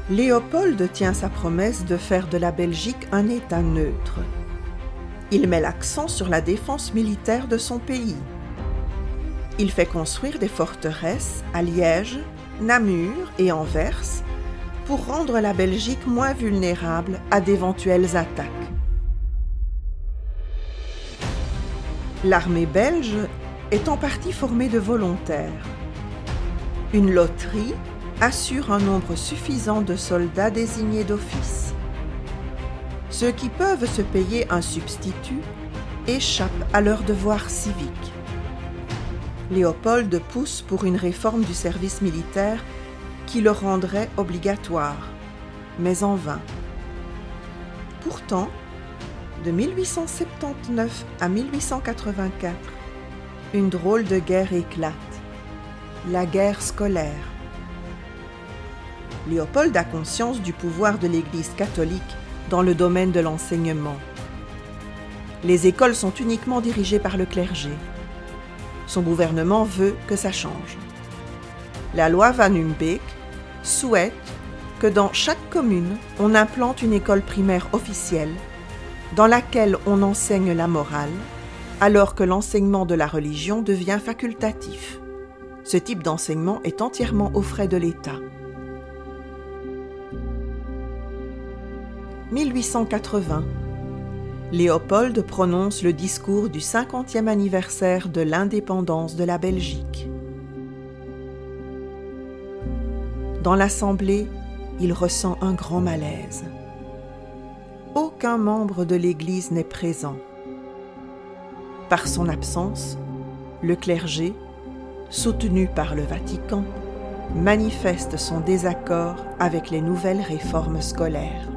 Léopold tient sa promesse de faire de la Belgique un État neutre. Il met l'accent sur la défense militaire de son pays. Il fait construire des forteresses à Liège, Namur et Anvers pour rendre la Belgique moins vulnérable à d'éventuelles attaques. L'armée belge est en partie formée de volontaires. Une loterie assure un nombre suffisant de soldats désignés d'office. Ceux qui peuvent se payer un substitut échappent à leurs devoirs civiques. Léopold pousse pour une réforme du service militaire qui le rendrait obligatoire, mais en vain. Pourtant, de 1879 à 1884, une drôle de guerre éclate, la guerre scolaire. Léopold a conscience du pouvoir de l'Église catholique dans le domaine de l'enseignement. Les écoles sont uniquement dirigées par le clergé. Son gouvernement veut que ça change. La loi Van Humbeek souhaite que dans chaque commune, on implante une école primaire officielle dans laquelle on enseigne la morale, alors que l'enseignement de la religion devient facultatif. Ce type d'enseignement est entièrement aux frais de l'État. 1880. Léopold prononce le discours du 50e anniversaire de l'indépendance de la Belgique. Dans l'Assemblée, il ressent un grand malaise. Aucun membre de l'Église n'est présent. Par son absence, le clergé, soutenu par le Vatican, manifeste son désaccord avec les nouvelles réformes scolaires.